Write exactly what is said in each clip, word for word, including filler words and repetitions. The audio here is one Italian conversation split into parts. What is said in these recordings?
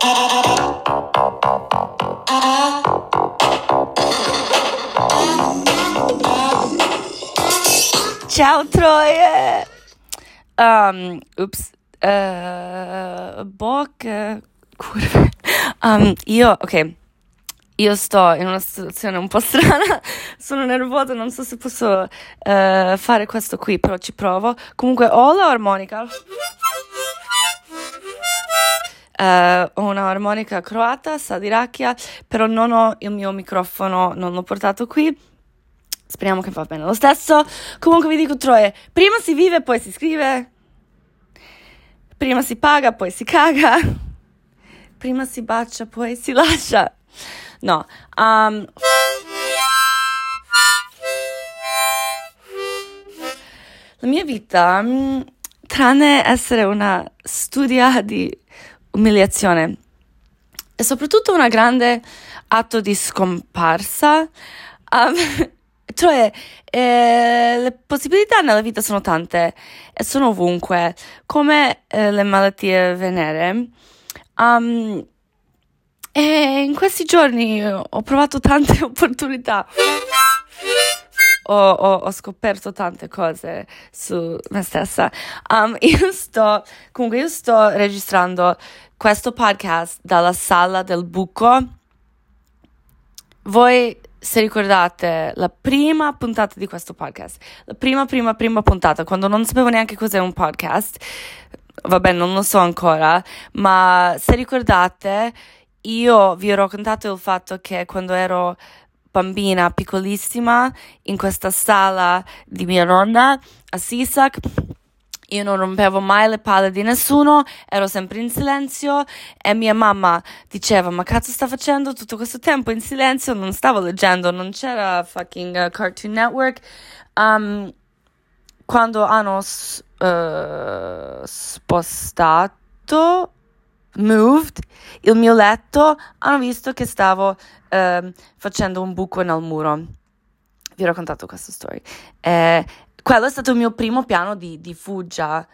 Ciao Troie. Um, ups. Uh, Bok. Curve. Um, io, ok. Io sto in una situazione un po' strana. Sono nervosa, non so se posso uh, fare questo qui, però ci provo. Comunque ho la armonica. Uh, ho una armonica croata, sa di racchia, però non ho il mio microfono, non l'ho portato qui. Speriamo che va bene lo stesso. Comunque vi dico, Troie, prima si vive, poi si scrive. Prima si paga, poi si caga. Prima si bacia, poi si lascia. No. Um, la mia vita, tranne essere una studia di umiliazione, è soprattutto una grande atto di scomparsa. Um, Cioè, eh, le possibilità nella vita sono tante e sono ovunque, come eh, le malattie venere. Um, e in questi giorni ho provato tante opportunità. Ho, ho, ho scoperto tante cose su me stessa. Um, io sto, comunque io sto registrando questo podcast dalla sala del buco. Voi, se ricordate la prima puntata di questo podcast, la prima, prima, prima puntata, quando non sapevo neanche cos'è un podcast, vabbè, non lo so ancora, ma se ricordate, io vi ho raccontato il fatto che quando ero bambina, piccolissima, in questa sala di mia nonna a Sisak, io non rompevo mai le palle di nessuno, ero sempre in silenzio e mia mamma diceva: ma cazzo sta facendo tutto questo tempo in silenzio? Non stavo leggendo, non c'era fucking uh, Cartoon Network. Um, quando hanno s- uh, spostato, moved, il mio letto, hanno visto che stavo uh, facendo un buco nel muro. Vi ho raccontato questa storia. Eh, Quello è stato il mio primo piano di, di fuga.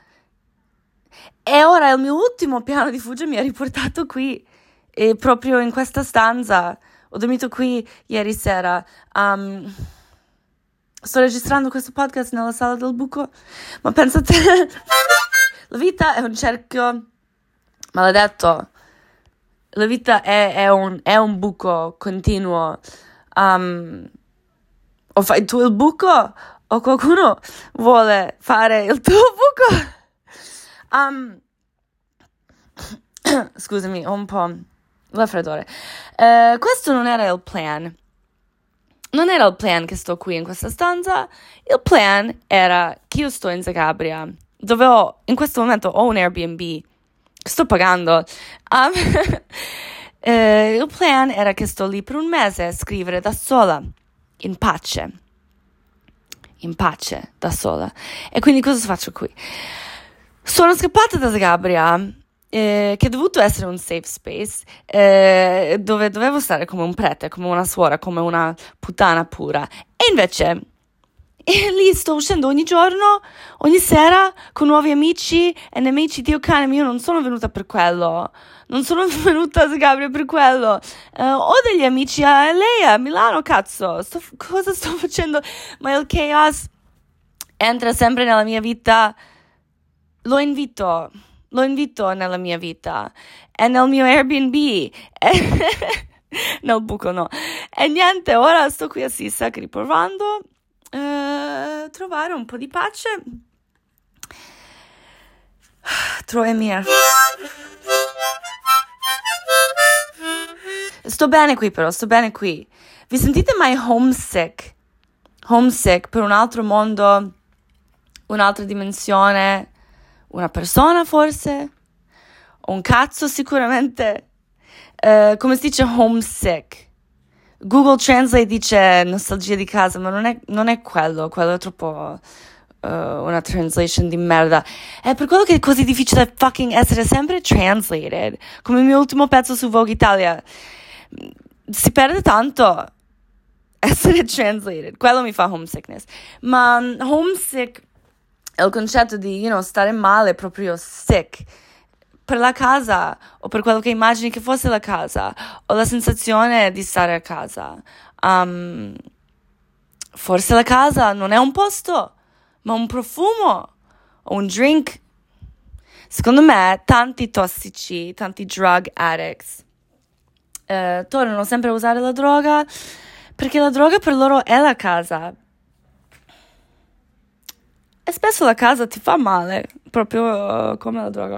E ora il mio ultimo piano di fuga mi ha riportato qui, e proprio in questa stanza. Ho dormito qui ieri sera. Um, sto registrando questo podcast nella sala del buco. Ma pensate, la vita è un cerchio maledetto. La vita è, è, un, è un buco continuo. Um, o fai tu il buco, o qualcuno vuole fare il tuo buco. Um, scusami, ho un po' raffreddore. Uh, questo non era il plan. Non era il plan che sto qui in questa stanza. Il plan era che io sto in Zagabria, dove ho, in questo momento ho un Airbnb che sto pagando. Um, uh, il plan era che sto lì per un mese a scrivere da sola, in pace. in pace, da sola. E quindi cosa faccio qui? Sono scappata da Zagabria, eh, che è dovuto essere un safe space, eh, dove dovevo stare come un prete, come una suora, come una puttana pura. E invece, e lì sto uscendo ogni giorno, ogni sera, con nuovi amici e nemici. Dio cane, ma io non sono venuta per quello. Non sono venuta a Zagabria per quello. Uh, ho degli amici a L A, a Milano, cazzo. Sto, cosa sto facendo? Ma il chaos entra sempre nella mia vita. Lo invito. Lo invito nella mia vita. E nel mio Airbnb. Nel buco, no. E niente, ora sto qui a Sisak riprovando uh, trovare un po' di pace. Troia mia. Sto bene qui però, sto bene qui. Vi sentite mai homesick? Homesick per un altro mondo, un'altra dimensione, una persona forse? Un cazzo sicuramente. Uh, come si dice homesick? Google Translate dice nostalgia di casa, ma non è, non è quello, quello è troppo uh, una translation di merda. È per quello che è così difficile fucking essere sempre translated. Come il mio ultimo pezzo su Vogue Italia. Si perde tanto essere translated, quello mi fa homesickness. Ma um, homesick è il concetto di, you know, stare male, proprio sick, per la casa o per quello che immagini che fosse la casa o la sensazione di stare a casa. Um, forse la casa non è un posto, ma un profumo o un drink. Secondo me tanti tossici, tanti drug addicts eh, tornano sempre a usare la droga perché la droga per loro è la casa. E spesso la casa ti fa male, proprio uh, come la droga.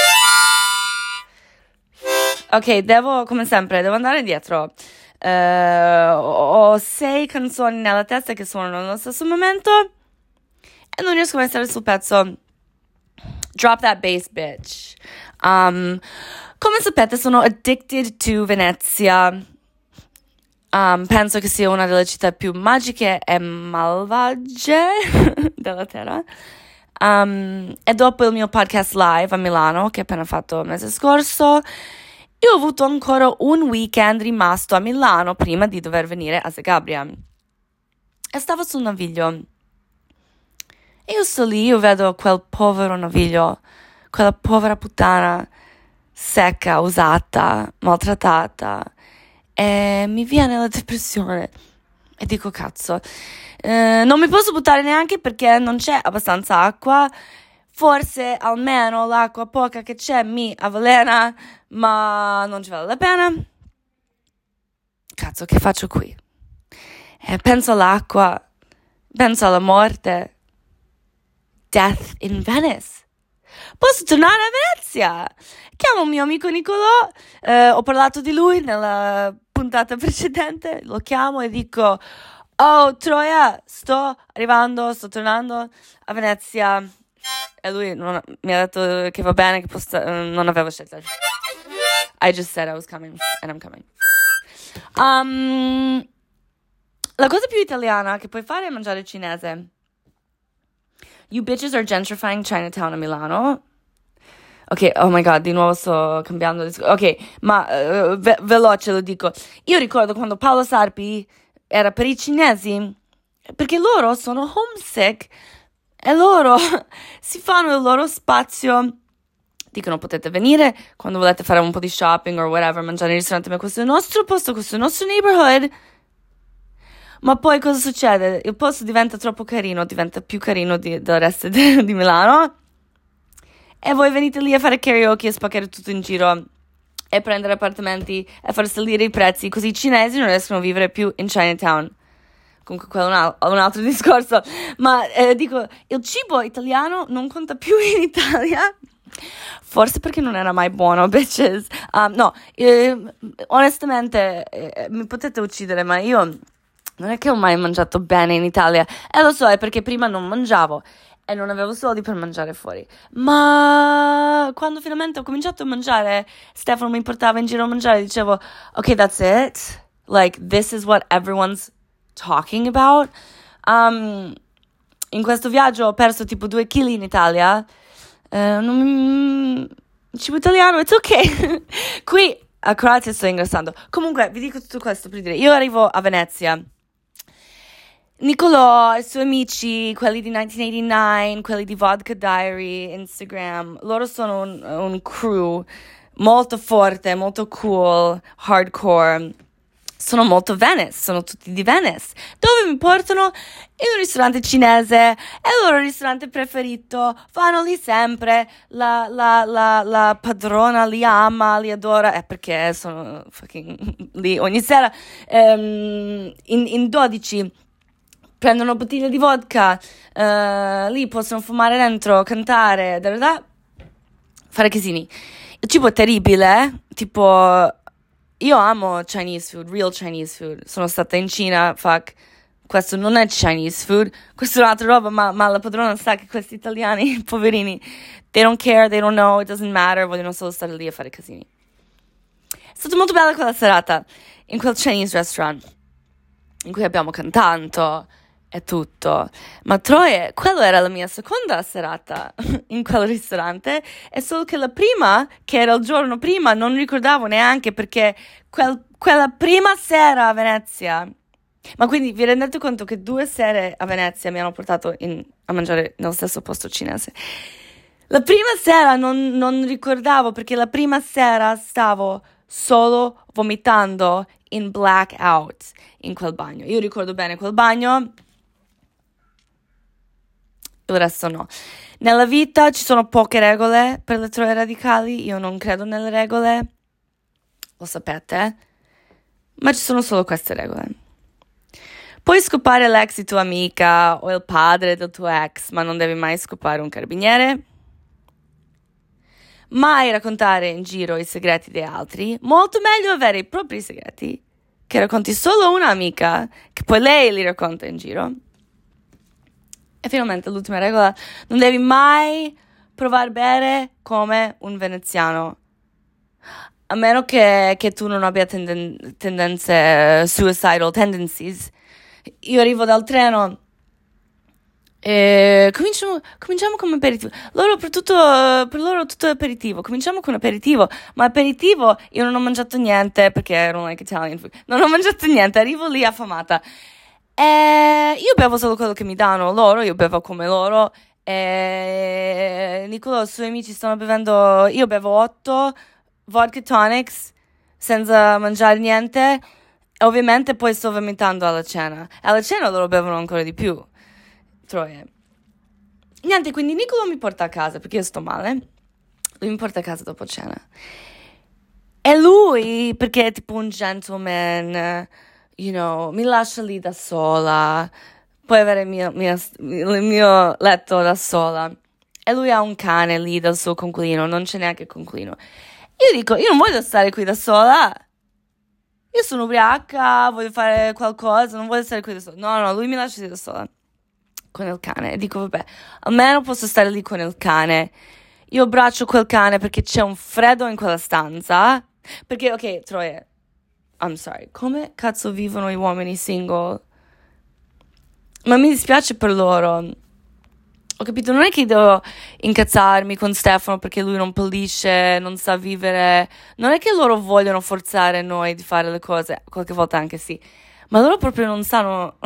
Ok, devo, come sempre, devo andare indietro. Uh, ho sei canzoni nella testa che suonano nello stesso momento e non riesco a mettere sul pezzo. Drop that bass, bitch. Um, come sapete, sono addicted to Venezia. Um, penso che sia una delle città più magiche e malvagie della terra. Um, e dopo il mio podcast live a Milano, che ho appena fatto il mese scorso, io ho avuto ancora un weekend rimasto a Milano prima di dover venire a Zagabria. E stavo sul Naviglio. E io sto lì, io vedo quel povero Naviglio, quella povera puttana secca, usata, maltrattata. E mi viene la depressione e dico cazzo, eh, non mi posso buttare neanche perché non c'è abbastanza acqua, forse almeno l'acqua poca che c'è mi avvelena, ma non ci vale la pena. Cazzo, che faccio qui? Eh, penso all'acqua, penso alla morte. Death in Venice. Posso tornare a Venezia? Chiamo un mio amico Nicolò, eh, ho parlato di lui nella puntata precedente, lo chiamo e dico: oh Troia, sto arrivando, sto tornando a Venezia. E lui non, mi ha detto che va bene, che posso, non avevo scelta. I just said I was coming and I'm coming. Um, la cosa più italiana che puoi fare è mangiare cinese. You bitches are gentrifying Chinatown a Milano. Ok, oh my god, di nuovo sto cambiando. Ok, ma uh, ve- veloce lo dico. Io ricordo quando Paolo Sarpi era per i cinesi, perché loro sono homesick e loro si fanno il loro spazio. Dicono potete venire quando volete fare un po' di shopping or whatever, mangiare in ristorante, ma questo è il nostro posto, questo è il nostro neighborhood. Ma poi cosa succede? Il posto diventa troppo carino, diventa più carino di, del resto di, di Milano e voi venite lì a fare karaoke e spaccare tutto in giro e prendere appartamenti e far salire i prezzi, così i cinesi non riescono a vivere più in Chinatown. Comunque quello è un, al- un altro discorso, ma eh, dico, il cibo italiano non conta più in Italia, forse perché non era mai buono, bitches. Um, no, eh, onestamente eh, mi potete uccidere, ma io non è che ho mai mangiato bene in Italia, e lo so, è perché prima non mangiavo e non avevo soldi per mangiare fuori, ma quando finalmente ho cominciato a mangiare, Stefano mi portava in giro a mangiare e dicevo, ok, that's it, like, this is what everyone's talking about. Um, in questo viaggio ho perso tipo due chili in Italia, uh, non, cibo italiano, it's ok. Qui a Croazia sto ingrassando. Comunque vi dico tutto questo per dire, io arrivo a Venezia, Nicolò e i suoi amici, quelli di millenovecentonovantanove, quelli di Vodka Diary, Instagram, loro sono un, un crew molto forte, molto cool, hardcore, sono molto Venice, sono tutti di Venice, dove mi portano in un ristorante cinese, è il loro ristorante preferito, vanno lì sempre, la, la, la, la padrona li ama, li adora, è perché sono fucking lì ogni sera, um, in, in dodici prendono bottiglie di vodka, uh, lì possono fumare dentro, cantare, da, da, da, fare casini. Il cibo è terribile, eh? Tipo, io amo Chinese food, real Chinese food. Sono stata in Cina, fuck, questo non è Chinese food, questo è un'altra roba, ma, ma la padrona sa che questi italiani, poverini, they don't care, they don't know, it doesn't matter, vogliono solo stare lì a fare casini. È stata molto bella quella serata, in quel Chinese restaurant, in cui abbiamo cantato e tutto, ma Troie, quello era la mia seconda serata in quel ristorante, e solo che la prima, che era il giorno prima, non ricordavo neanche perché quel, quella prima sera a Venezia, ma quindi vi rendete conto che due sere a Venezia mi hanno portato in, a mangiare nello stesso posto cinese. La prima sera non, non ricordavo perché la prima sera stavo solo vomitando in blackout in quel bagno. Io ricordo bene quel bagno, il resto no. Nella vita ci sono poche regole per le teorie radicali, io non credo nelle regole, lo sapete, ma ci sono solo queste regole. Puoi scopare l'ex di tua amica o il padre del tuo ex, ma non devi mai scopare un carabiniere. Mai raccontare in giro i segreti degli altri. Molto meglio avere i propri segreti, che racconti solo un'amica, che poi lei li racconta in giro. E finalmente l'ultima regola, non devi mai provare a bere come un veneziano. A meno che, che tu non abbia tenden- tendenze, suicidal tendencies. Io arrivo dal treno e cominciamo, cominciamo con aperitivo. Loro per tutto, per loro tutto è aperitivo. Cominciamo con aperitivo. Ma aperitivo io non ho mangiato niente perché ero like Italian food. Non ho mangiato niente, arrivo lì affamata. E io bevo solo quello che mi danno loro, io bevo come loro. E Nicolò e i suoi amici stanno bevendo, io bevo otto vodka tonics senza mangiare niente. E ovviamente poi sto vomitando alla cena. E alla cena loro bevono ancora di più. Troie. Niente, quindi Nicolò mi porta a casa perché io sto male. Lui mi porta a casa dopo cena. E lui, perché è tipo un gentleman, you know, mi lascia lì da sola. Puoi avere il mio, mio, il mio letto da sola. E lui ha un cane lì dal suo conquilino, non c'è neanche il conquilino. Io dico, io non voglio stare qui da sola. Io sono ubriaca, voglio fare qualcosa, non voglio stare qui da sola. No, no, lui mi lascia lì da sola con il cane. E dico, vabbè, almeno posso stare lì con il cane. Io abbraccio quel cane perché c'è un freddo in quella stanza. Perché, ok, Troie, I'm sorry, come cazzo vivono gli uomini single? Ma mi dispiace per loro. Ho capito, non è che devo incazzarmi con Stefano perché lui non pulisce, non sa vivere. Non è che loro vogliono forzare noi di fare le cose, qualche volta anche sì. Ma loro proprio non sanno.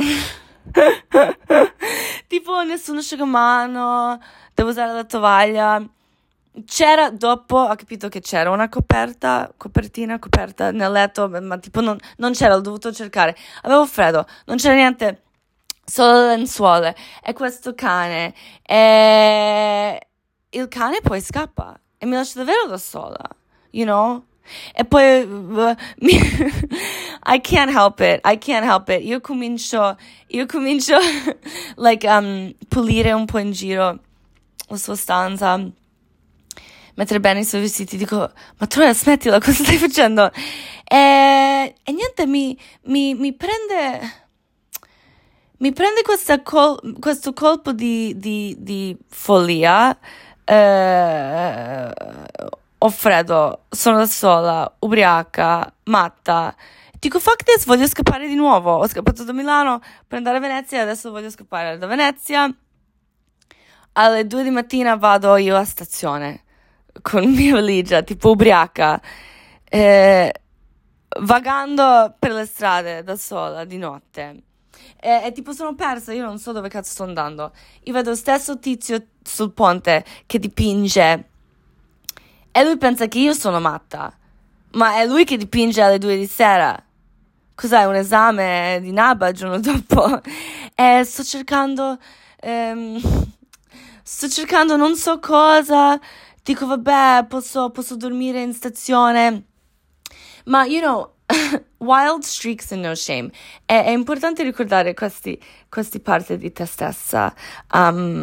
Tipo, nessuno asciugamano, devo usare la tovaglia. C'era, dopo, ho capito che c'era una coperta, copertina, coperta nel letto, ma tipo non, non c'era, l'ho dovuto cercare. Avevo freddo, non c'era niente. Solo le lenzuola e questo cane e il cane poi scappa e mi lascia davvero da sola, you know? E poi uh, mi, I can't help it, I can't help it. Io comincio, io comincio like um pulire un po' in giro la sua stanza, mettere bene i suoi vestiti. Dico, ma Troia, smettila, cosa stai facendo? E, e niente, mi, mi, mi prende Mi prende questa col- questo colpo di, di, di follia. Eh, ho freddo, sono da sola, ubriaca, matta. Dico, fuck this, voglio scappare di nuovo. Ho scappato da Milano per andare a Venezia, adesso voglio scappare da Venezia. Alle due di mattina vado io a stazione con mia valigia, tipo ubriaca, eh, vagando per le strade da sola di notte. E, e tipo sono persa, io non so dove cazzo sto andando. Io vedo lo stesso tizio sul ponte che dipinge e lui pensa che io sono matta, ma è lui che dipinge alle due di sera. Cos'è, un esame di N A B A il giorno dopo? E sto cercando ehm, sto cercando non so cosa. Dico vabbè, posso, posso dormire in stazione, ma you know, wild streaks and no shame. È, è importante ricordare questi, questi parti di te stessa. Um,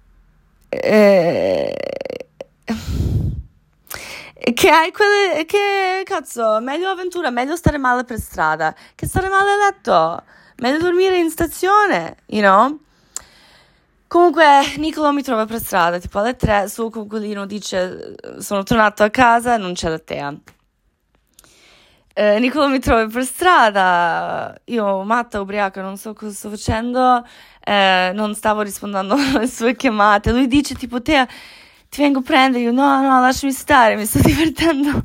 eh, che hai quelle, che cazzo, meglio avventura, meglio stare male per strada che stare male a letto, meglio dormire in stazione, you know? Comunque Nicolò mi trova per strada tipo alle tre, suo coccodrillo dice sono tornato a casa e non c'è la tea. Eh, Nicolò mi trova per strada, io matta, ubriaca, non so cosa sto facendo, eh, non stavo rispondendo alle sue chiamate. Lui dice tipo Tea, ti vengo a prendere. Io no, no, lasciami stare, mi sto divertendo.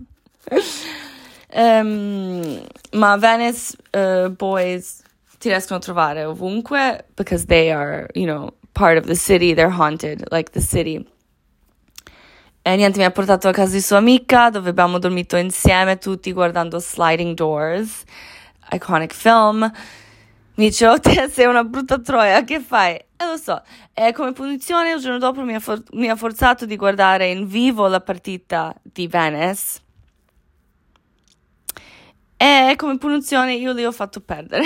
um, ma Venice uh, boys ti riescono a trovare ovunque because they are, you know, part of the city, they're haunted like the city. E niente, mi ha portato a casa di sua amica, dove abbiamo dormito insieme tutti guardando Sliding Doors, iconic film. Mi dice, oh te sei una brutta troia, che fai? E lo so, e come punizione il giorno dopo mi ha, for- mi ha forzato di guardare in vivo la partita di Venice. E come punizione io li ho fatto perdere.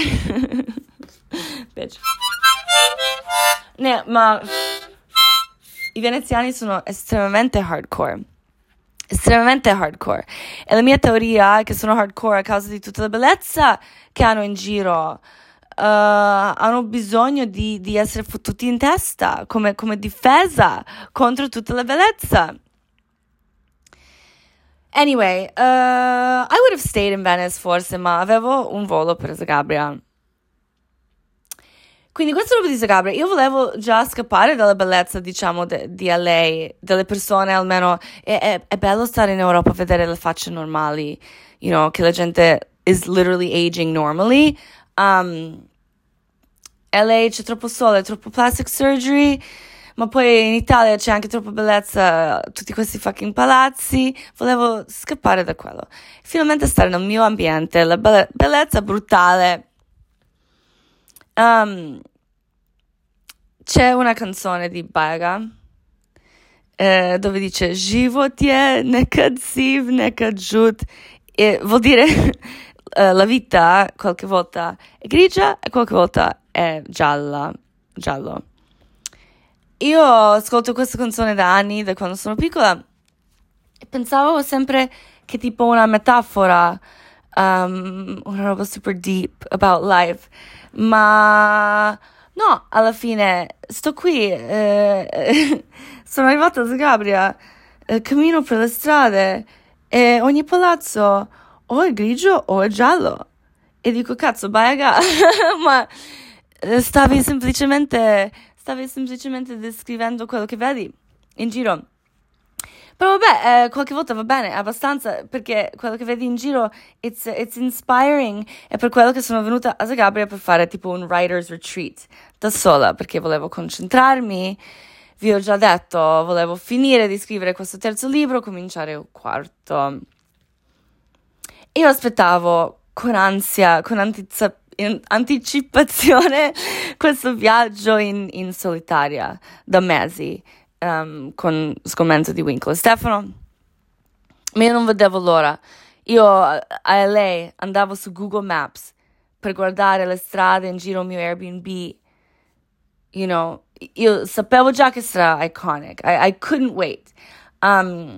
Ne, ma i veneziani sono estremamente hardcore. Estremamente hardcore. E la mia teoria è che sono hardcore a causa di tutta la bellezza che hanno in giro. Uh, hanno bisogno di, di essere fottuti in testa come, come difesa contro tutta la bellezza. Anyway, uh, I would have stayed in Venice forse, ma avevo un volo per Zagabria. Quindi questo lo di Zagabria. Io volevo già scappare dalla bellezza, diciamo, de, di L A, delle persone almeno. È, è, è bello stare in Europa a vedere le facce normali, you know, che la gente is literally aging normally. Um, L A c'è troppo sole, troppo plastic surgery, ma poi in Italia c'è anche troppa bellezza, tutti questi fucking palazzi. Volevo scappare da quello, finalmente stare nel mio ambiente, la be- bellezza brutale. Um, c'è una canzone di Baga eh, dove dice Život nekad siv, nekad žut, e vuol dire uh, la vita qualche volta è grigia e qualche volta è gialla, giallo. Io ascolto questa canzone da anni, da quando sono piccola, e pensavo sempre che tipo una metafora, um, una roba super deep about life, ma no, alla fine sto qui, eh, sono arrivata a Zagabria, eh, cammino per le strade e ogni palazzo o è grigio o è giallo e dico cazzo Baga, ma stavi semplicemente stavi semplicemente descrivendo quello che vedi in giro. Però vabbè, eh, qualche volta va bene, abbastanza, perché quello che vedi in giro it's, it's inspiring. È per quello che sono venuta a Zagabria per fare tipo un writer's retreat da sola, perché volevo concentrarmi. Vi ho già detto, volevo finire di scrivere questo terzo libro, cominciare un quarto. Io aspettavo con ansia, con antizia- in anticipazione questo viaggio in, in solitaria da mesi. Um, con scommento di Winkle e Stefano, ma io non vedevo l'ora. Io a L A andavo su Google Maps per guardare le strade in giro al mio Airbnb, you know, io sapevo già che sarà iconic. I, I couldn't wait. Um,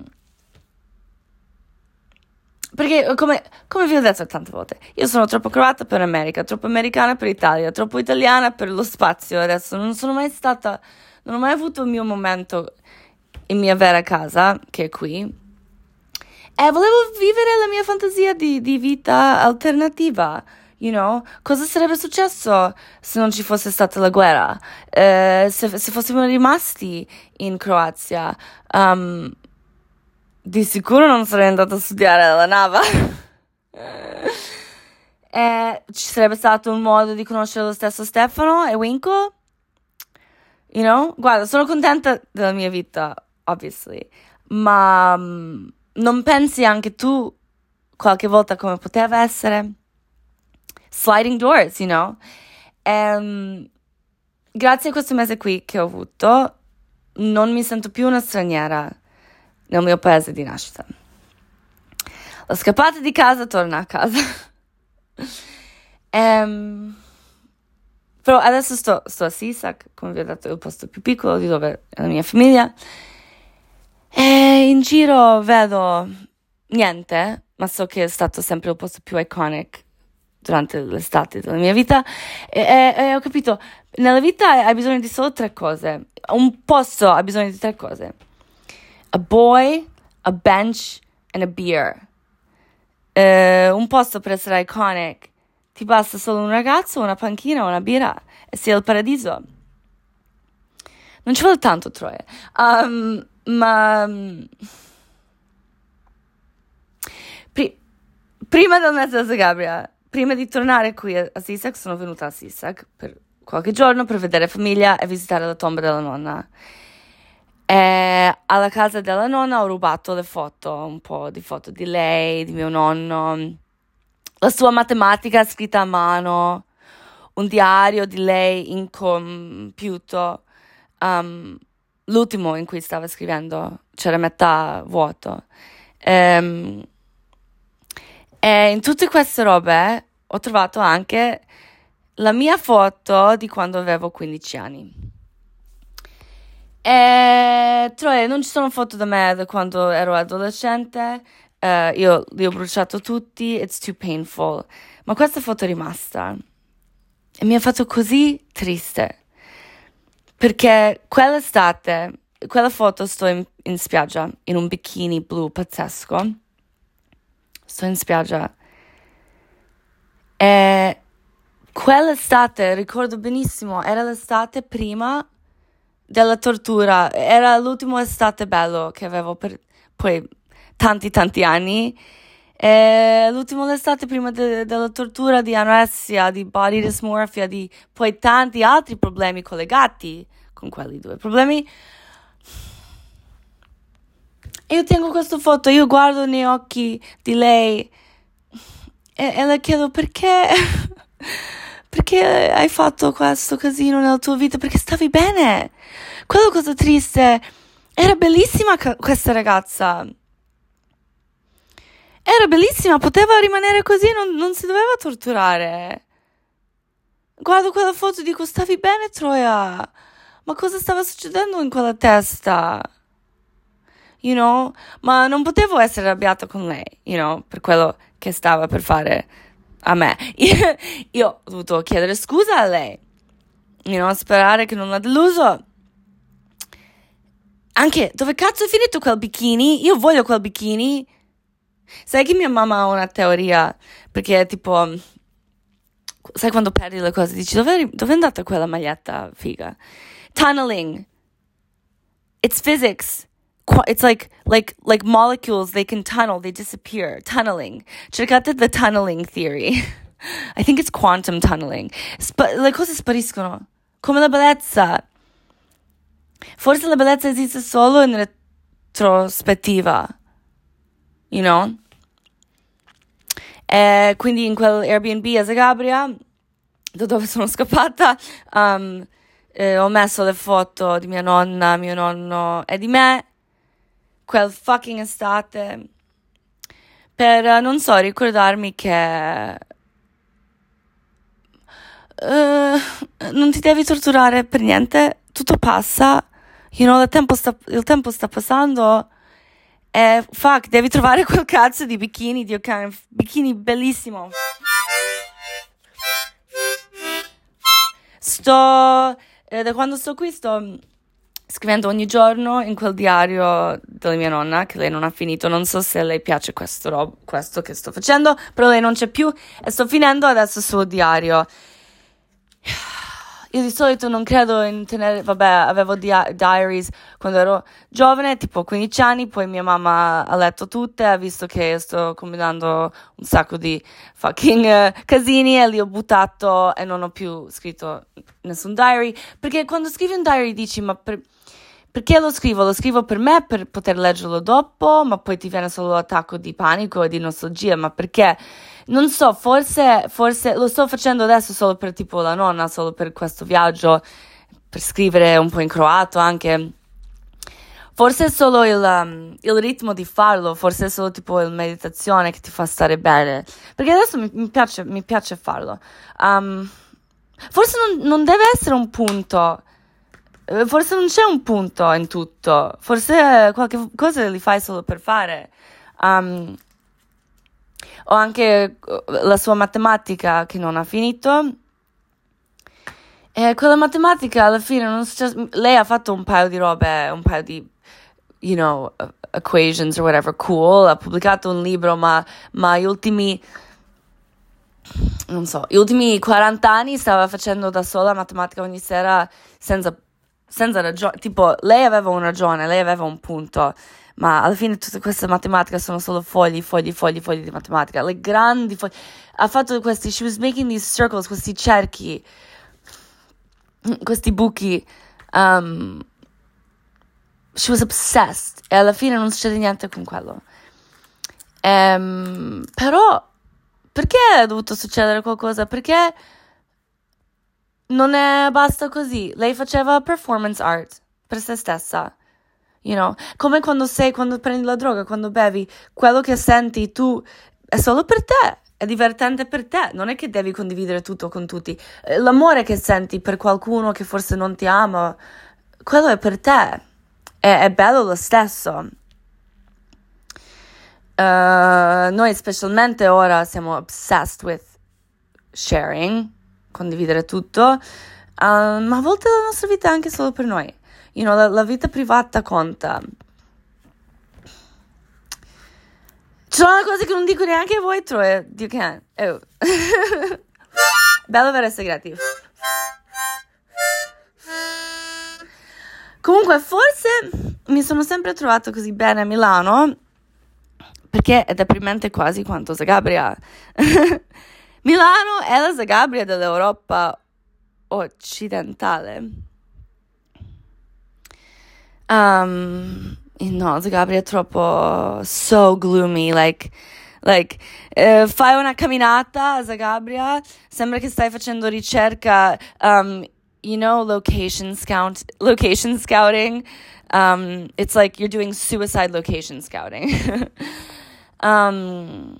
perché come, come vi ho detto tante volte, io sono troppo croata per America, troppo americana per Italia, troppo italiana per lo spazio. Adesso non sono mai stata, non ho mai avuto il mio momento in mia vera casa, che è qui, e volevo vivere la mia fantasia di, di vita alternativa, you know? Cosa sarebbe successo se non ci fosse stata la guerra? Eh, se, se fossimo rimasti in Croazia? Um, di sicuro non sarei andata a studiare alla Nava. eh, ci sarebbe stato un modo di conoscere lo stesso Stefano e Winkle? You know? Guarda, sono contenta della mia vita, obviously, ma um, non pensi anche tu qualche volta come poteva essere? Sliding doors, you know? Um, grazie a questo mese qui che ho avuto, non mi sento più una straniera nel mio paese di nascita. La scappata di casa torna a casa. um, Però adesso sto, sto a Sisak, come vi ho detto, è il posto più piccolo di dove è la mia famiglia. E in giro vedo niente, ma so che è stato sempre il posto più iconic durante l'estate della mia vita. E, e, e ho capito, nella vita hai bisogno di solo tre cose. Un posto ha bisogno di tre cose. A boy, a bench and a beer. Eh, un posto per essere iconic. Ti basta solo un ragazzo, una panchina, una birra e sei al paradiso. Non ci vuole tanto, Troia. Um, ma um, pri- prima del mezzo a Zagabria, prima di tornare qui a, a Sisak, sono venuta a Sisak per qualche giorno per vedere famiglia e visitare la tomba della nonna. E alla casa della nonna ho rubato le foto, un po' di foto di lei, di mio nonno, la sua matematica scritta a mano, un diario di lei incompiuto, um, l'ultimo in cui stava scrivendo, c'era metà vuoto. Um, e in tutte queste robe ho trovato anche la mia foto di quando avevo quindici anni. E Troia, non ci sono foto da me da quando ero adolescente, uh, io li ho bruciato tutti, it's too painful, ma questa foto è rimasta e mi ha fatto così triste, perché quell'estate, quella foto sto in, in spiaggia, in un bikini blu pazzesco, sto in spiaggia e quell'estate, ricordo benissimo, era l'estate prima della tortura, era l'ultimo estate bello che avevo per poi tanti tanti anni, e l'ultimo estate prima de- della tortura, di anoressia, di body dysmorphia, di poi tanti altri problemi collegati con quelli due problemi. E io tengo questa foto, io guardo nei occhi di lei e, e le chiedo perché perché hai fatto questo casino nella tua vita, perché stavi bene. Quella cosa triste, era bellissima ca- questa ragazza, era bellissima, poteva rimanere così, non, non si doveva torturare. Guardo quella foto e dico, stavi bene Troia? Ma cosa stava succedendo in quella testa? You know? Ma non potevo essere arrabbiata con lei, you know, per quello che stava per fare a me. Io ho dovuto chiedere scusa a lei, you know, sperare che non l'ha deluso. Anche, dove cazzo è finito quel bikini? Io voglio quel bikini. Sai che mia mamma ha una teoria, perché tipo, sai quando perdi le cose, dici, dove, dove è andata quella maglietta figa? Tunneling. It's physics. It's like, like, like molecules, they can tunnel, they disappear. Tunneling. Cercate the tunneling theory. I think it's quantum tunneling. Sp- le cose spariscono. Come la bellezza. Forse la bellezza esiste solo in retrospettiva. You know? E quindi in quel Airbnb a Zagabria, da dove sono scappata, um, eh, ho messo le foto di mia nonna, mio nonno e di me, quel fucking estate, per, non so, ricordarmi che uh, non ti devi torturare per niente, tutto passa, you know, il tempo sta, il tempo sta passando e fuck, devi trovare quel cazzo di bikini, Dio cane, bikini bellissimo. Sto, eh, da quando sto qui sto scrivendo ogni giorno in quel diario della mia nonna, che lei non ha finito, non so se lei piace questo, rob- questo che sto facendo, però lei non c'è più e sto finendo adesso il suo diario. Io di solito non credo in tenere, vabbè, avevo di- diaries quando ero giovane, tipo quindici anni, poi mia mamma ha letto tutte, ha visto che sto combinando un sacco di fucking uh, casini e li ho buttato e non ho più scritto nessun diary, perché quando scrivi un diary dici, ma per, perché lo scrivo? Lo scrivo per me, per poter leggerlo dopo, ma poi ti viene solo l'attacco di panico e di nostalgia, ma perché? Non so, forse, forse lo sto facendo adesso solo per tipo la nonna, solo per questo viaggio, per scrivere un po' in croato anche. Forse è solo il, um, il ritmo di farlo, forse è solo tipo il meditazione che ti fa stare bene, perché adesso mi, mi piace, mi piace farlo. Um, forse non, non deve essere un punto, forse non c'è un punto in tutto, forse qualche cosa li fai solo per fare. Um, Ho anche la sua matematica che non ha finito. E quella matematica alla fine non successo. Lei ha fatto un paio di robe, un paio di, you know, equations or whatever, cool. Ha pubblicato un libro, ma, ma gli ultimi, non so, gli ultimi quaranta anni stava facendo da sola matematica ogni sera senza, senza ragione. Tipo, lei aveva una ragione, lei aveva un punto. Ma alla fine tutte queste matematiche sono solo fogli, fogli, fogli, fogli di matematica. Le grandi fogli. Ha fatto questi, she was making these circles, questi cerchi, questi buchi, um, she was obsessed, e alla fine non succede niente con quello. Ehm, però perché è dovuto succedere qualcosa? Perché non è basta così. Lei faceva performance art per se stessa, you know, come quando sei, quando prendi la droga, quando bevi, quello che senti tu è solo per te, è divertente per te, non è che devi condividere tutto con tutti. L'amore che senti per qualcuno che forse non ti ama, quello è per te, è, è bello lo stesso. Uh, noi specialmente ora siamo obsessed with sharing, condividere tutto, uh, ma a volte la nostra vita è anche solo per noi, you know, la, la vita privata conta. Ci sono cose che non dico neanche a voi, Troy, you can. Oh. Bello avere segreti. Comunque forse mi sono sempre trovato così bene a Milano perché è deprimente quasi quanto Zagabria. Milano è la Zagabria dell'Europa occidentale. Um, no, Zagabria è troppo so gloomy, like, like uh, fai una camminata a Zagabria, sembra che stai facendo ricerca, um, you know, location scout, location scouting. Um, it's like you're doing suicide location scouting. um,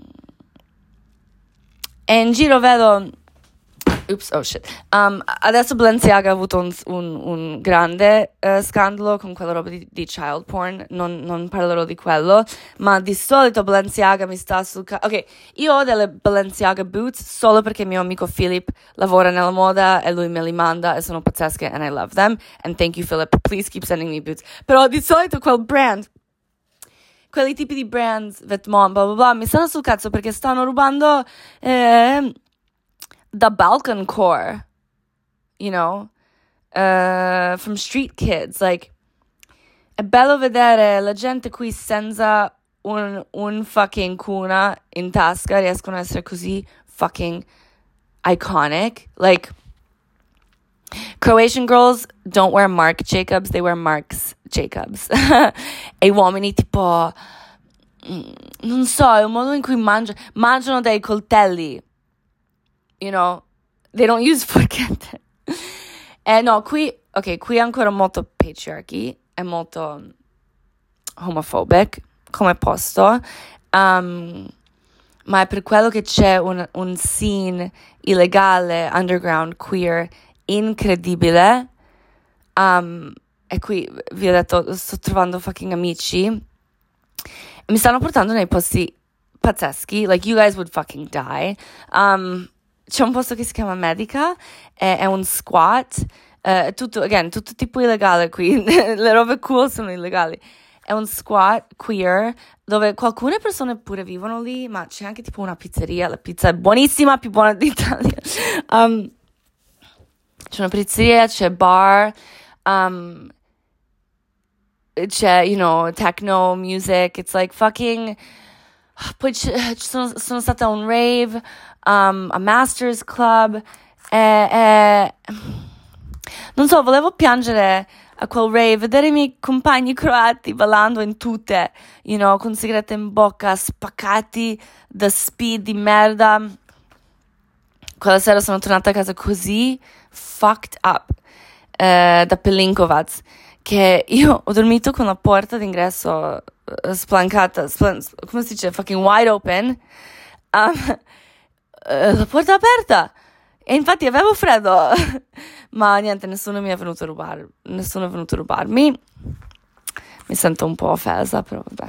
e in giro vedo, oops, oh shit, um, adesso Balenciaga ha avuto un, un, un grande uh, scandalo con quella roba di, di child porn, non, non parlerò di quello, ma di solito Balenciaga mi sta sul ca- ok, io ho delle Balenciaga boots solo perché mio amico Philip lavora nella moda e lui me li manda e sono pazzesche and I love them, and thank you Philip, please keep sending me boots, però di solito quel brand, quelli tipi di brands, vêtements, bla bla bla, mi stanno sul cazzo perché stanno rubando eh, da Balkan Core, you know, uh, from street kids, like, è bello vedere la gente qui senza un, un fucking kuna in tasca, riescono a essere così fucking iconic, like, Croatian girls don't wear Marc Jacobs, they wear Marc's Jacobs. E uomini tipo, non so, è un modo in cui mangiano, mangiano dai coltelli, you know, they don't use forchette. Eh no, qui, ok, qui è ancora molto patriarchy, è molto homophobic come posto, um, ma è per quello che c'è un, un scene illegale, underground, queer, incredibile, um, e qui vi ho detto sto trovando fucking amici e mi stanno portando nei posti pazzeschi, like you guys would fucking die. Um, c'è un posto che si chiama Medica, è, è un squat, è tutto, again, tutto tipo illegale qui, le robe cool sono illegali. È un squat queer dove alcune persone pure vivono lì, ma c'è anche tipo una pizzeria, la pizza è buonissima, più buona d'Italia. Um, c'è una pizzeria, c'è bar, um, c'è, you know, techno music, it's like fucking, poi ci sono, sono stata a un rave, um, a Masters Club, e, e, non so, volevo piangere a quel rave, vedere i miei compagni croati ballando in tute, you know, con sigarette in bocca, spaccati da speed di merda. Quella sera sono tornata a casa così fucked up eh, da Pelinkovac che io ho dormito con la porta d'ingresso uh, splancata, splan- come si dice, fucking wide open, um, uh, la porta aperta, e infatti avevo freddo, ma niente, nessuno mi è venuto a rubare, nessuno è venuto a rubarmi, mi sento un po' offesa, però vabbè.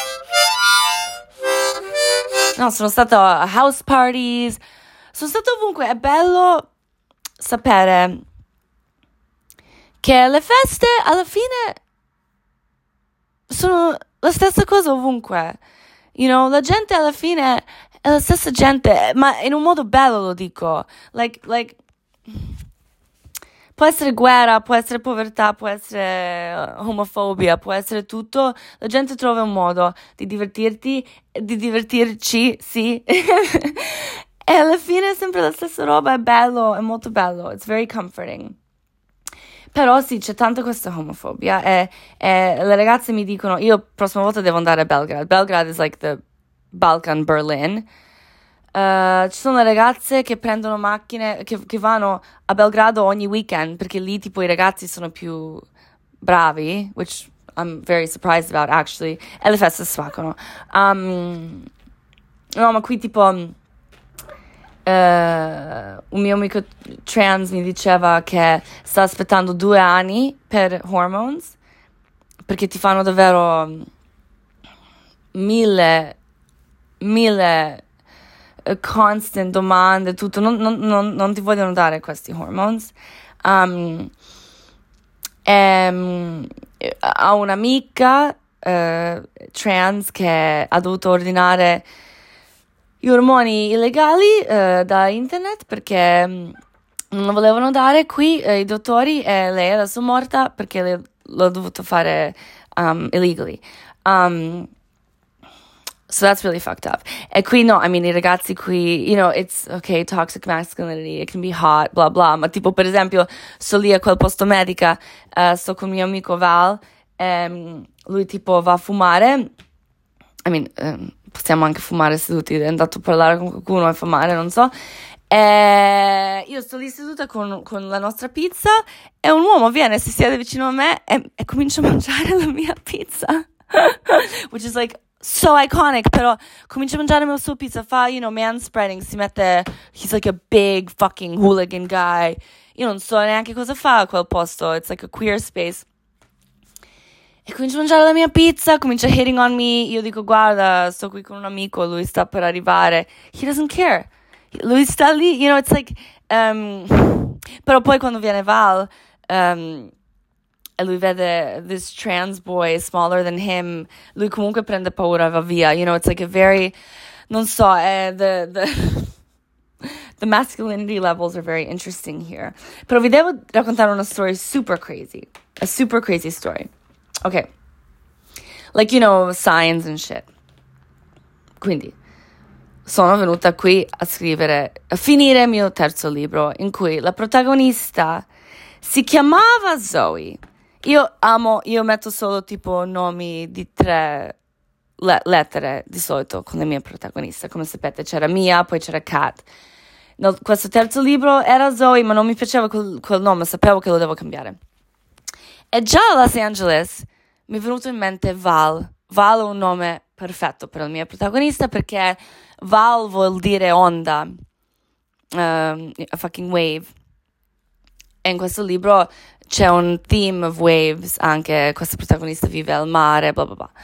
No, sono stata a house parties, sono stato ovunque, è bello sapere che le feste alla fine sono la stessa cosa ovunque, you know, la gente alla fine è la stessa gente, ma in un modo bello lo dico, like, like, può essere guerra, può essere povertà, può essere omofobia, può essere tutto, la gente trova un modo di divertirti, di divertirci, sì, e alla fine è sempre la stessa roba, è bello, è molto bello, it's very comforting. Però sì, c'è tanta questa omofobia e, e le ragazze mi dicono, io prossima volta devo andare a Belgrad. Belgrad is like the Balkan Berlin. Uh, ci sono le ragazze che prendono macchine, che, che vanno a Belgrado ogni weekend, perché lì tipo i ragazzi sono più bravi, which I'm very surprised about actually, e le feste spaccano. Um, no, ma qui tipo uh, un mio amico trans mi diceva che sta aspettando due anni per hormones, perché ti fanno davvero mille, mille constant domande, tutto, non, non, non, non ti vogliono dare questi hormones. Um, e, ha un'amica uh, trans che ha dovuto ordinare gli ormoni illegali uh, da internet perché non lo volevano dare qui uh, i dottori, e lei è adesso morta perché le, l'ho dovuto fare um, illegally. Um, So that's really fucked up. E qui no, I mean, i ragazzi qui, you know, it's, okay, toxic masculinity, it can be hot, bla bla, ma tipo, per esempio, sto lì a quel posto medica, uh, sto con mio amico Val, um, lui tipo va a fumare, I mean, um, possiamo anche fumare seduti, è andato a parlare con qualcuno e fumare, non so, e io sto lì seduta con, con la nostra pizza e un uomo viene, si siede vicino a me e, e comincia a mangiare la mia pizza, which is like, so iconic, però comincia a mangiare la sua pizza, fa, you know, manspreading, si mette, he's like a big fucking hooligan guy, io non so neanche cosa fa a quel posto, it's like a queer space, e comincia a mangiare la mia pizza, comincia hitting on me, io dico, guarda, sto qui con un amico, lui sta per arrivare, he doesn't care, lui sta lì, you know, it's like, um, però poi quando viene Val, um, e lui vede this trans boy smaller than him, lui comunque prende paura e va via, you know, it's like a very, non so, eh, the, the, the masculinity levels are very interesting here. Però vi devo raccontare una story super crazy, a super crazy story. Ok, like, you know, science and shit. Quindi, sono venuta qui a scrivere, a finire il mio terzo libro, in cui la protagonista si chiamava Zoe. Io amo, io metto solo tipo nomi di tre le- lettere di solito con le mie protagoniste. Come sapete c'era Mia, poi c'era Kat. Nel, questo terzo libro era Zoe, ma non mi piaceva quel, quel nome, sapevo che lo devo cambiare. E già a Los Angeles mi è venuto in mente Val. Val è un nome perfetto per la mia protagonista perché Val vuol dire onda, um, a fucking wave. E in questo libro c'è un theme of waves, anche questa protagonista vive al mare, bla bla bla.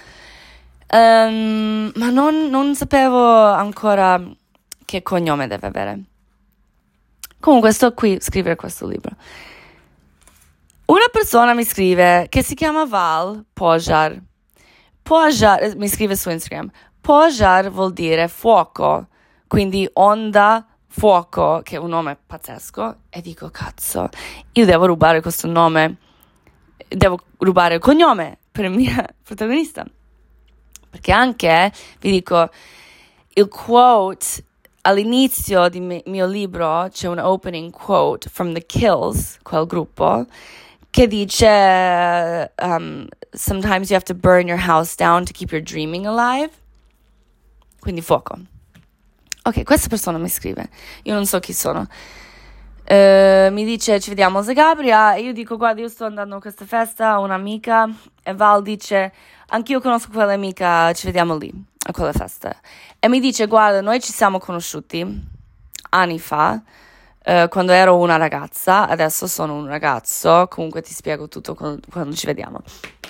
Um, ma non, non sapevo ancora che cognome deve avere. Comunque sto qui a scrivere questo libro. Una persona mi scrive che si chiama Val Pojar. Pojar, mi scrive su Instagram. Pojar vuol dire fuoco, quindi onda, fuoco, che è un nome pazzesco, e dico, cazzo, io devo rubare questo nome, devo rubare il cognome per la mia protagonista, perché anche, vi dico, il quote all'inizio del mi- mio libro c'è un opening quote from The Kills, quel gruppo, che dice um, sometimes you have to burn your house down to keep your dreaming alive, quindi fuoco. Ok, questa persona mi scrive, io non so chi sono, uh, mi dice ci vediamo a Zagabria, e io dico guarda, io sto andando a questa festa, ho un'amica, e Val dice anch'io conosco quell'amica, ci vediamo lì a quella festa, e mi dice guarda, noi ci siamo conosciuti anni fa, uh, quando ero una ragazza, adesso sono un ragazzo, comunque ti spiego tutto quando, quando ci vediamo.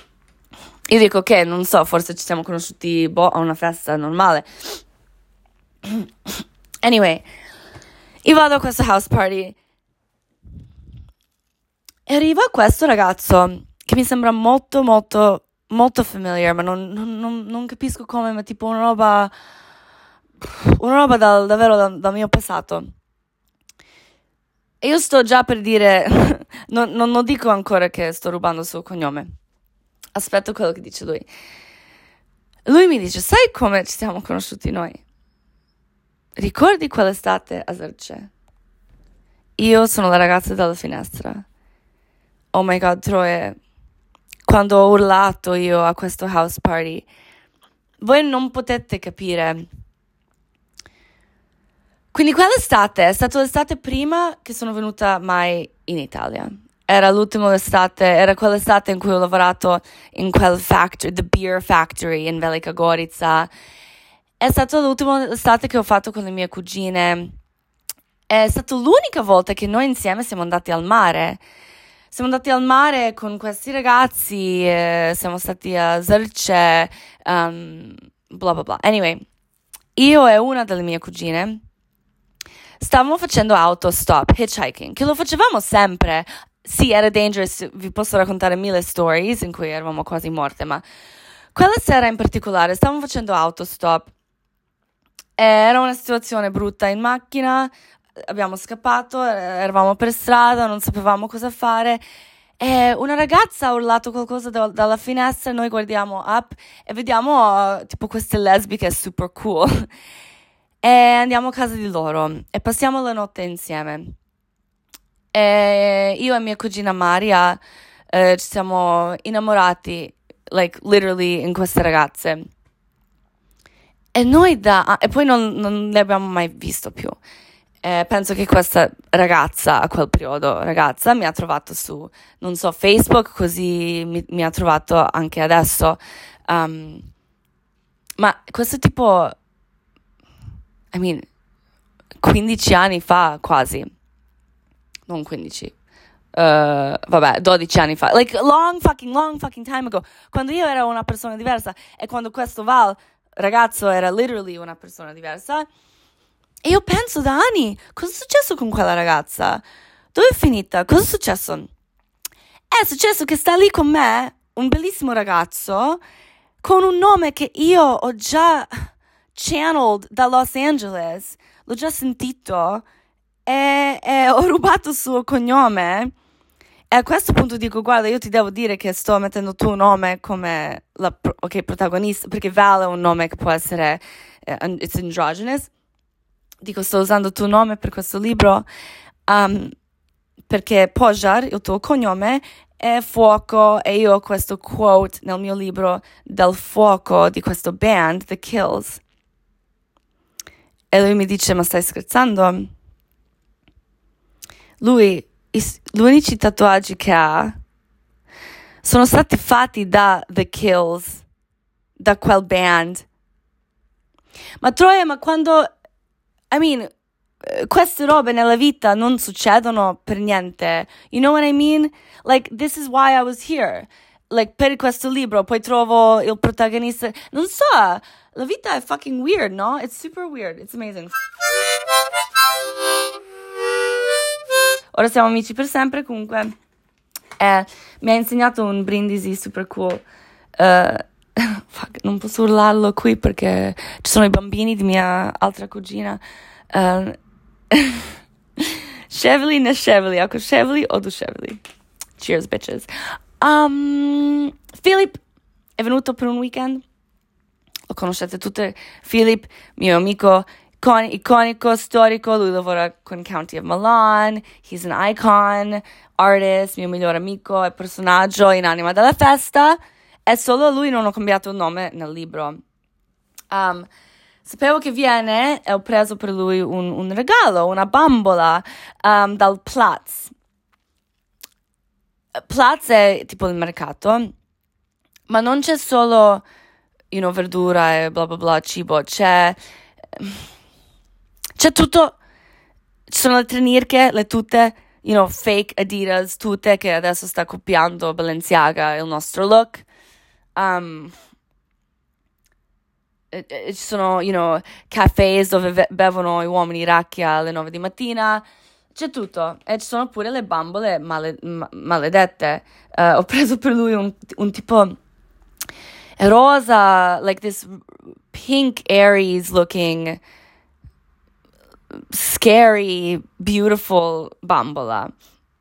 Io dico ok, non so, forse ci siamo conosciuti boh, a una festa normale. Anyway, io vado a questa house party e arriva questo ragazzo che mi sembra molto molto molto familiar, ma non, non, non, non capisco come, ma tipo una roba una roba dal, davvero dal, dal mio passato. E io sto già per dire non, non, non dico ancora che sto rubando il suo cognome, aspetto quello che dice lui. Lui mi dice sai come ci siamo conosciuti noi? Ricordi quell'estate a Zerce? Io sono la ragazza dalla finestra. oh my god, Troie, quando ho urlato io a questo house party, voi non potete capire. Quindi quell'estate è stata l'estate prima che sono venuta mai in Italia. Era l'ultima estate, era quell'estate in cui ho lavorato in quel factory, the beer factory in Velika Gorica. È stata l'ultima estate che ho fatto con le mie cugine. È stata l'unica volta che noi insieme siamo andati al mare. Siamo andati al mare con questi ragazzi, eh, siamo stati a Zrče, um, bla bla bla. Anyway, io e una delle mie cugine stavamo facendo autostop, hitchhiking, che lo facevamo sempre. Sì, era dangerous, vi posso raccontare mille stories in cui eravamo quasi morte, ma quella sera in particolare stavamo facendo autostop. Era una situazione brutta in macchina, abbiamo scappato, eravamo per strada, non sapevamo cosa fare. E una ragazza ha urlato qualcosa da, dalla finestra, noi guardiamo up e vediamo uh, tipo queste lesbiche super cool. E andiamo a casa di loro e passiamo la notte insieme. E io e mia cugina Maria eh, ci siamo innamorati, like literally, in queste ragazze. E noi da... e poi non, non le abbiamo mai visto più. Eh, penso che questa ragazza, a quel periodo, ragazza, mi ha trovato su, non so, Facebook, così mi, mi ha trovato anche adesso. Um, ma questo tipo, I mean, quindici anni fa quasi, non quindici, uh, vabbè, dodici anni fa, like long fucking, long fucking time ago, quando io ero una persona diversa e quando questo Val, ragazzo, era literally una persona diversa. E io penso da anni, cosa è successo con quella ragazza? Dove è finita? Cosa è successo? È successo che sta lì con me, un bellissimo ragazzo, con un nome che io ho già channeled da Los Angeles, l'ho già sentito, e, e ho rubato il suo cognome. E a questo punto dico, guarda, io ti devo dire che sto mettendo tuo nome come la okay, protagonista, perché Val è un nome che può essere, uh, it's androgynous. Dico, sto usando il tuo nome per questo libro um, perché Požar, il tuo cognome, è fuoco e io ho questo quote nel mio libro del fuoco di questo band, The Kills. E lui mi dice, ma stai scherzando? Lui, gli unici tatuaggi che ha sono stati fatti da The Kills, da quel band. Ma Troia, ma quando... I mean, uh, queste robe nella vita non succedono per niente. You know what I mean? Like, this is why I was here. Like, per questo libro, poi trovo il protagonista. Non so, la vita è fucking weird, no? It's super weird. It's amazing. Ora siamo amici per sempre, comunque. Eh, mi ha insegnato un brindisi super cool. Uh, Fuck, non posso urlarlo qui perché ci sono i bambini di mia altra cugina. Uh, Scevoli ne scevoli, ako scevoli o du scevoli. Cheers, bitches. Um, Philip è venuto per un weekend. Lo conoscete tutte. Philip, mio amico icon- iconico, storico. Lui lavora con County of Milan. He's an icon, artist, mio migliore amico e personaggio in anima della festa. E solo a lui non ho cambiato il nome nel libro. Um, sapevo che viene e ho preso per lui un, un regalo, una bambola um, dal Platz. Platz è tipo il mercato, ma non c'è solo, you know, verdura e bla bla bla, cibo. C'è, c'è tutto. Ci sono le trenirche, le tute, you know, fake Adidas, tute che adesso sta copiando Balenciaga, il nostro look. Um, e, e ci sono, you know, cafés dove ve- bevono gli uomini racchia alle nove di mattina. C'è tutto. E ci sono pure le bambole male- ma- maledette. Uh, ho preso per lui un, un tipo rosa, like this pink Aries looking, scary, beautiful bambola.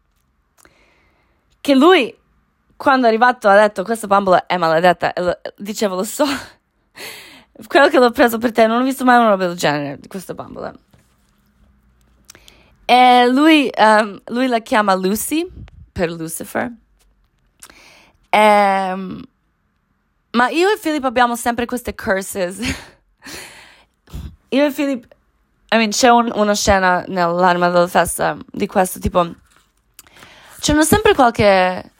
Che lui, quando è arrivato, ha detto questa bambola è maledetta. E lo, dicevo, lo so, quello che l'ho preso per te, non ho visto mai una roba del genere di questa bambola. E lui, um, lui la chiama Lucy per Lucifer. Ehm, ma io e Philip abbiamo sempre queste curses. Io e Philip, I mean, c'è un, una scena nell'anima della festa di questo tipo. C'erano sempre qualche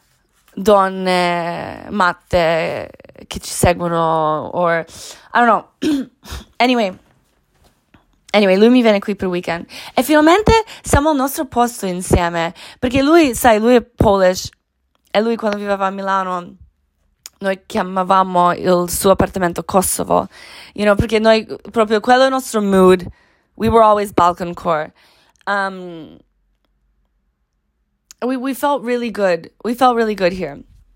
donne matte che ci seguono, or I don't know. Anyway, anyway, lui mi viene qui per weekend e finalmente siamo al nostro posto insieme, perché lui, sai, lui è Polish e lui quando viveva a Milano noi chiamavamo il suo appartamento Kosovo, you know, perché noi proprio quello è il nostro mood. We were always Balkan core. Um, we we felt really good. We felt really good here.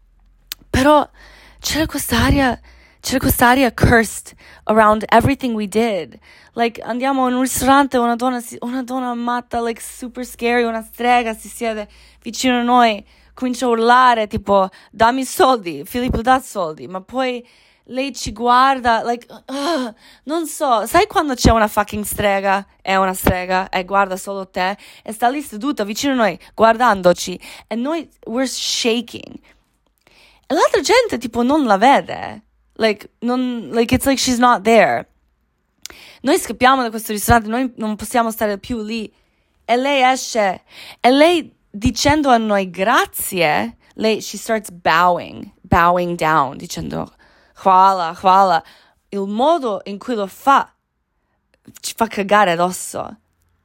Però c'era quest'aria, c'era quest'aria cursed around everything we did. Like, andiamo in un ristorante, una donna, si, una donna matta, like, super scary, una strega si siede vicino a noi, comincia a urlare, tipo, dammi soldi, Filippo dà soldi, ma poi lei ci guarda, like, uh, non so, sai quando c'è una fucking strega, è una strega, e guarda solo te, e sta lì seduta vicino a noi, guardandoci, e noi, we're shaking. E l'altra gente, tipo, non la vede. Like, non, like, it's like she's not there. Noi scappiamo da questo ristorante, noi non possiamo stare più lì. E lei esce, e lei, dicendo a noi grazie, lei, she starts bowing, bowing down, dicendo, hvala, hvala. Il modo in cui lo fa, ci fa cagare addosso.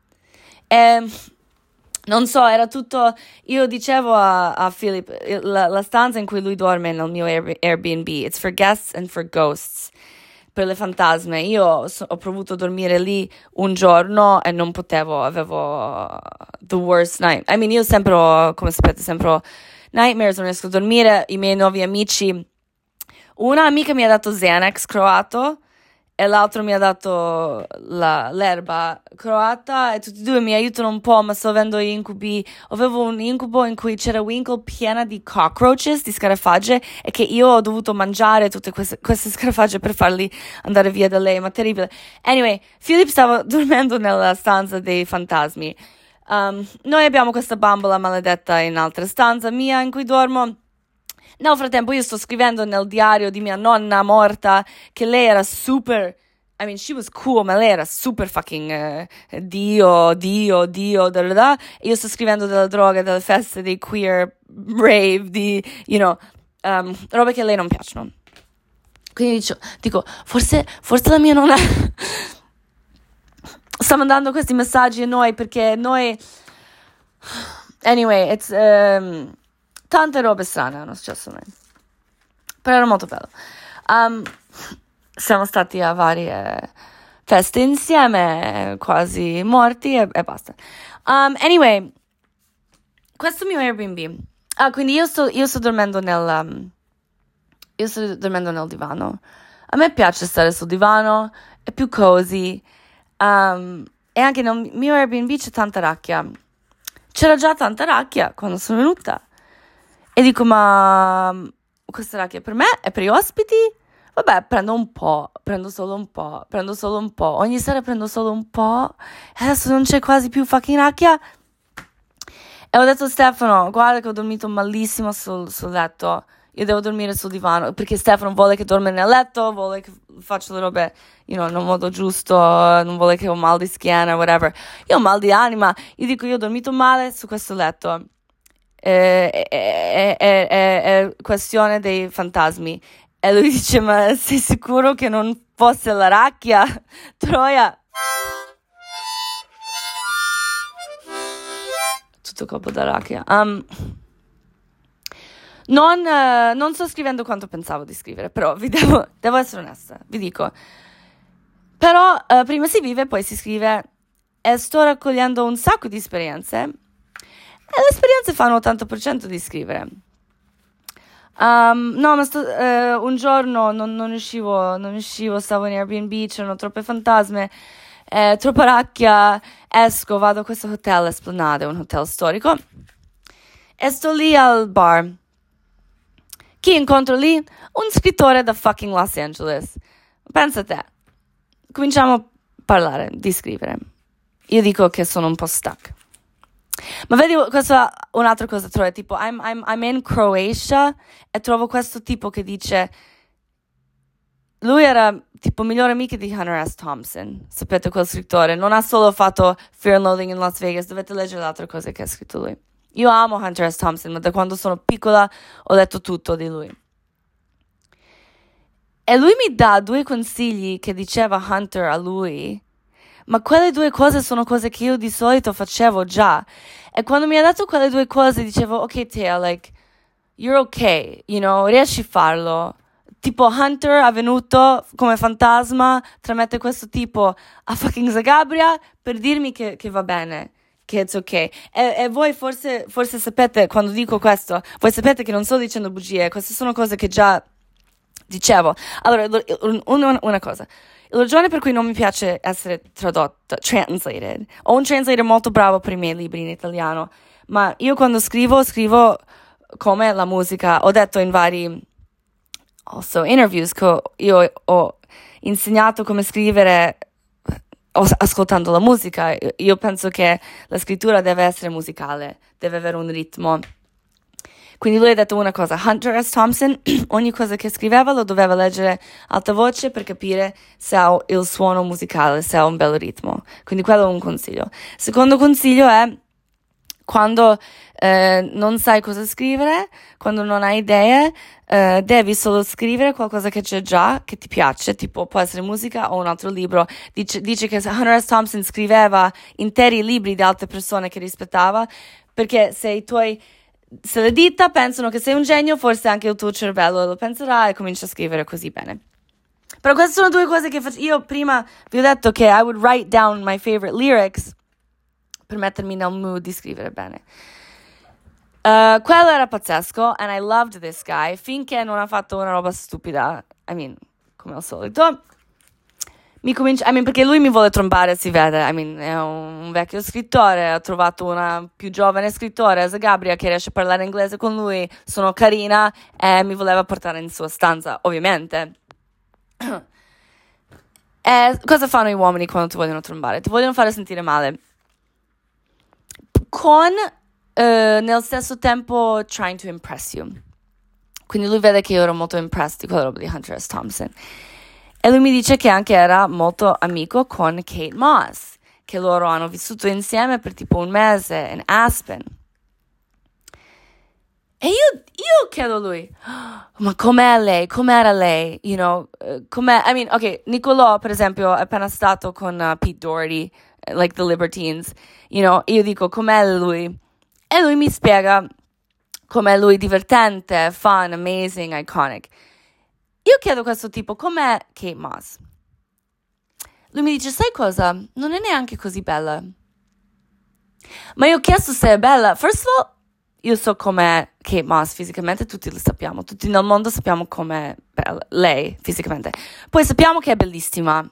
E... non so, era tutto, io dicevo a, a Philip, la, la stanza in cui lui dorme nel mio Airbnb, it's for guests and for ghosts, per le fantasme. Io so, ho provato a dormire lì un giorno e non potevo, avevo the worst night. I mean, io sempre ho, come sapete, sempre ho nightmares, non riesco a dormire. I miei nuovi amici, una amica mi ha dato Xanax croato, e l'altro mi ha dato la, l'erba croata, e tutti e due mi aiutano un po', ma sto avendo incubi. Avevo un incubo in cui c'era Winkle piena di cockroaches, di scarafagge, e che io ho dovuto mangiare tutte queste, queste scarafagge per farli andare via da lei, ma terribile. Anyway, Philip stava dormendo nella stanza dei fantasmi. Um, noi abbiamo questa bambola maledetta in altra stanza mia in cui dormo. Nel frattempo io sto scrivendo nel diario di mia nonna morta che lei era super, I mean, she was cool, ma lei era super fucking uh, Dio, Dio, Dio, da da da. E io sto scrivendo della droga, delle feste, dei queer rave, di, you know, um, robe che a lei non piacciono. Quindi dico, dico forse, forse la mia nonna sta mandando questi messaggi a noi, perché noi, anyway, it's... Um, tante robe strane hanno successo a me, però era molto bello. Um, siamo stati a varie feste insieme, quasi morti e, e basta. Um, anyway, questo è il mio Airbnb. Ah, quindi io sto, io sto dormendo nel, um, io sto dormendo nel divano. A me piace stare sul divano, è più cozy. Um, e anche nel mio Airbnb c'è tanta racchia. C'era già tanta racchia quando sono venuta. E dico, ma questa racchia è per me? È per gli ospiti? Vabbè, prendo un po', prendo solo un po', prendo solo un po'. Ogni sera prendo solo un po'. E adesso non c'è quasi più fucking racchia. E ho detto a Stefano, guarda che ho dormito malissimo sul, sul letto. Io devo dormire sul divano, perché Stefano vuole che dorme nel letto, vuole che faccio le robe, you know, in un modo giusto, non vuole che ho mal di schiena, whatever. Io ho mal di anima. Io dico, io ho dormito male su questo letto. È, è, è, è, è questione dei fantasmi. E lui dice, ma sei sicuro che non fosse la racchia? Troia. Tutto colpo da racchia. Um, non, uh, non sto scrivendo quanto pensavo di scrivere, però vi devo, devo essere onesta, vi dico. Però uh, prima si vive, poi si scrive, e sto raccogliendo un sacco di esperienze. E le esperienze fanno ottanta per cento di scrivere. Um, no, ma sto, eh, un giorno non, non uscivo, non uscivo, stavo in Airbnb, c'erano troppe fantasme, eh, troppa racchia, esco, vado a questo hotel Esplanade, un hotel storico, e sto lì al bar. Chi incontro lì? Un scrittore da fucking Los Angeles. Pensa a te. Cominciamo a parlare, di scrivere. Io dico che sono un po' stuck. Ma vedi, questa è un'altra cosa, trovo, tipo, I'm, I'm, I'm in Croatia e trovo questo tipo che dice, lui era tipo migliore amico di Hunter S. Thompson, sapete quel scrittore, non ha solo fatto Fear and Loathing in Las Vegas, dovete leggere le altre cose che ha scritto lui. Io amo Hunter S. Thompson, ma da quando sono piccola ho letto tutto di lui. E lui mi dà due consigli che diceva Hunter a lui, ma quelle due cose sono cose che io di solito facevo già. E quando mi ha dato quelle due cose dicevo, ok Thea, like, you're okay, you know, riesci a farlo. Tipo Hunter è venuto come fantasma tramite questo tipo a fucking Zagabria per dirmi che, che va bene, che it's ok. E, e voi forse, forse sapete, quando dico questo, voi sapete che non sto dicendo bugie, queste sono cose che già dicevo. Allora, una, una cosa, la ragione per cui non mi piace essere tradotta, translated, ho un translator molto bravo per i miei libri in italiano, ma io quando scrivo, scrivo come la musica. Ho detto in vari also interviews che io ho insegnato come scrivere ascoltando la musica. Io penso che la scrittura deve essere musicale, deve avere un ritmo. Quindi lui ha detto una cosa, Hunter S. Thompson ogni cosa che scriveva lo doveva leggere alta voce per capire se ha il suono musicale, se ha un bel ritmo. Quindi quello è un consiglio. Secondo consiglio è quando eh, non sai cosa scrivere, quando non hai idee, eh, devi solo scrivere qualcosa che c'è già, che ti piace, tipo può essere musica o un altro libro. Dice, dice che Hunter S. Thompson scriveva interi libri di altre persone che rispettava, perché se i tuoi se le dita pensano che sei un genio, forse anche il tuo cervello lo penserà e comincia a scrivere così bene. Però queste sono due cose che faccio. Io prima vi ho detto che I would write down my favorite lyrics per mettermi nel mood di scrivere bene. Uh, quello era pazzesco, and I loved this guy, finché non ha fatto una roba stupida, I mean, come al solito. Mi comincia, I mean, perché lui mi vuole trombare, si vede, I mean, è un, un vecchio scrittore, ha trovato una più giovane scrittore, Zagabria, che riesce a parlare inglese con lui, sono carina, e mi voleva portare in sua stanza, ovviamente. E cosa fanno gli uomini quando ti vogliono trombare? Ti vogliono fare sentire male. Con, eh, nel stesso tempo, trying to impress you. Quindi lui vede che io ero molto impressed di quella roba di Hunter S. Thompson. E lui mi dice che anche era molto amico con Kate Moss, che loro hanno vissuto insieme per tipo un mese in Aspen. E io, io chiedo a lui, oh, ma com'è lei? Com'era lei? You know, uh, com'è? I mean, ok, Nicolò, per esempio, è appena stato con uh, Pete Doherty, uh, like the Libertines, you know, io dico, com'è lui? E lui mi spiega com'è lui divertente, fun, amazing, iconic. Io chiedo a questo tipo, com'è Kate Moss? Lui mi dice, sai cosa? Non è neanche così bella. Ma io ho chiesto se è bella. First of all, io so com'è Kate Moss fisicamente, tutti lo sappiamo. Tutti nel mondo sappiamo com'è bella, lei fisicamente. Poi sappiamo che è bellissima.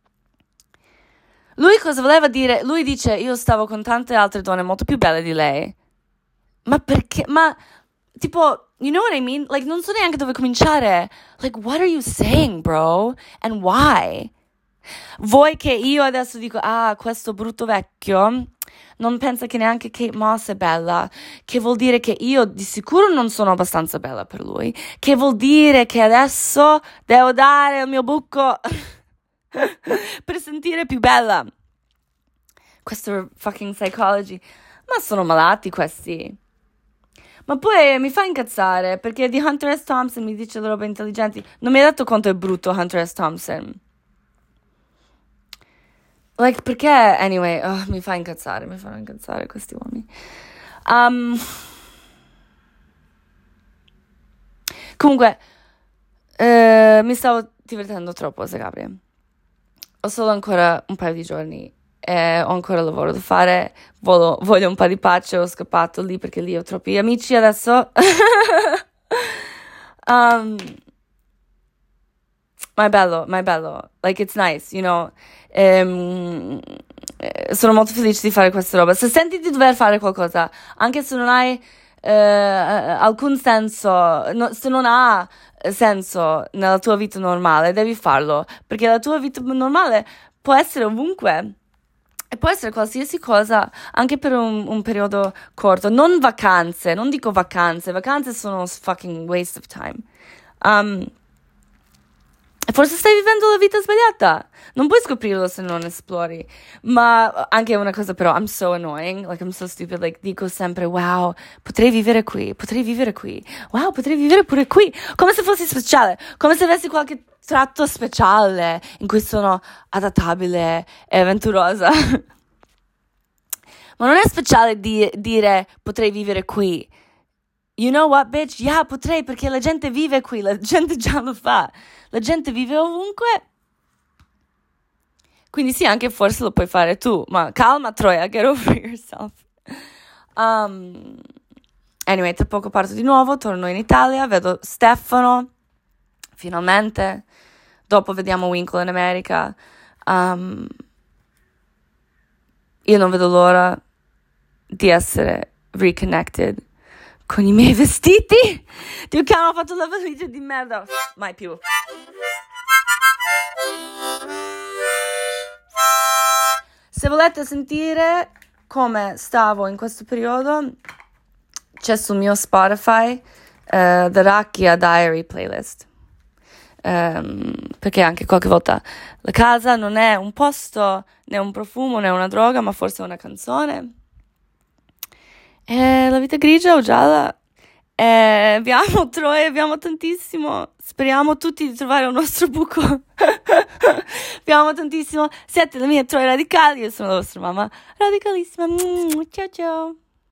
Lui cosa voleva dire? Lui dice, io stavo con tante altre donne molto più belle di lei. Ma perché? Ma, tipo... You know what I mean? Like, non so neanche dove cominciare. Like, what are you saying, bro? And why? Vuoi che io adesso dico, ah, questo brutto vecchio non pensa che neanche Kate Moss è bella, che vuol dire che io di sicuro non sono abbastanza bella per lui, che vuol dire che adesso devo dare il mio buco per sentire più bella. Questo è fucking psychology. Ma sono malati questi. Ma poi mi fa incazzare, perché di Hunter S. Thompson mi dice le robe intelligenti. Non mi ha detto quanto è brutto Hunter S. Thompson. Like, perché? Anyway, oh, mi fa incazzare, mi fanno incazzare questi uomini. Um, comunque, eh, mi stavo divertendo troppo a Zagabria. Ho solo ancora un paio di giorni. Eh, ho ancora lavoro da fare, voglio, voglio un po' di pace, ho scappato lì perché lì ho troppi amici adesso. um, ma è bello, ma è bello, like it's nice, you know. Um, sono molto felice di fare questa roba. Se senti di dover fare qualcosa, anche se non hai uh, alcun senso, no, se non ha senso nella tua vita normale, devi farlo, perché la tua vita normale può essere ovunque. E può essere qualsiasi cosa, anche per un, un periodo corto. Non vacanze, non dico vacanze. Vacanze sono fucking waste of time. Um, forse stai vivendo la vita sbagliata. Non puoi scoprirlo se non esplori. Ma anche una cosa però, I'm so annoying. Like, I'm so stupid. Like, dico sempre, wow, potrei vivere qui. Potrei vivere qui. Wow, potrei vivere pure qui. Come se fossi speciale. Come se avessi qualche tratto speciale in cui sono adattabile e avventurosa. Ma non è speciale di, dire potrei vivere qui. You know what, bitch? Yeah, potrei, perché la gente vive qui, la gente già lo fa. La gente vive ovunque. Quindi sì, anche forse lo puoi fare tu. Ma calma, Troia, get over yourself. Um, anyway, tra poco parto di nuovo, torno in Italia, vedo Stefano, finalmente. Dopo vediamo Winkle in America. Um, io non vedo l'ora di essere reconnected con i miei vestiti. Dio cavolo, ho fatto la valigia di merda. Mai più. Se volete sentire come stavo in questo periodo, c'è sul mio Spotify uh, The Rakia Diary playlist. Um, perché anche qualche volta la casa non è un posto, né un profumo, né una droga, ma forse una canzone. E la vita è grigia o gialla. E abbiamo Troia, abbiamo tantissimo. Speriamo tutti di trovare un nostro buco. Abbiamo tantissimo. Siete le mie Troie radicali. Io sono la vostra mamma radicalissima. Ciao ciao.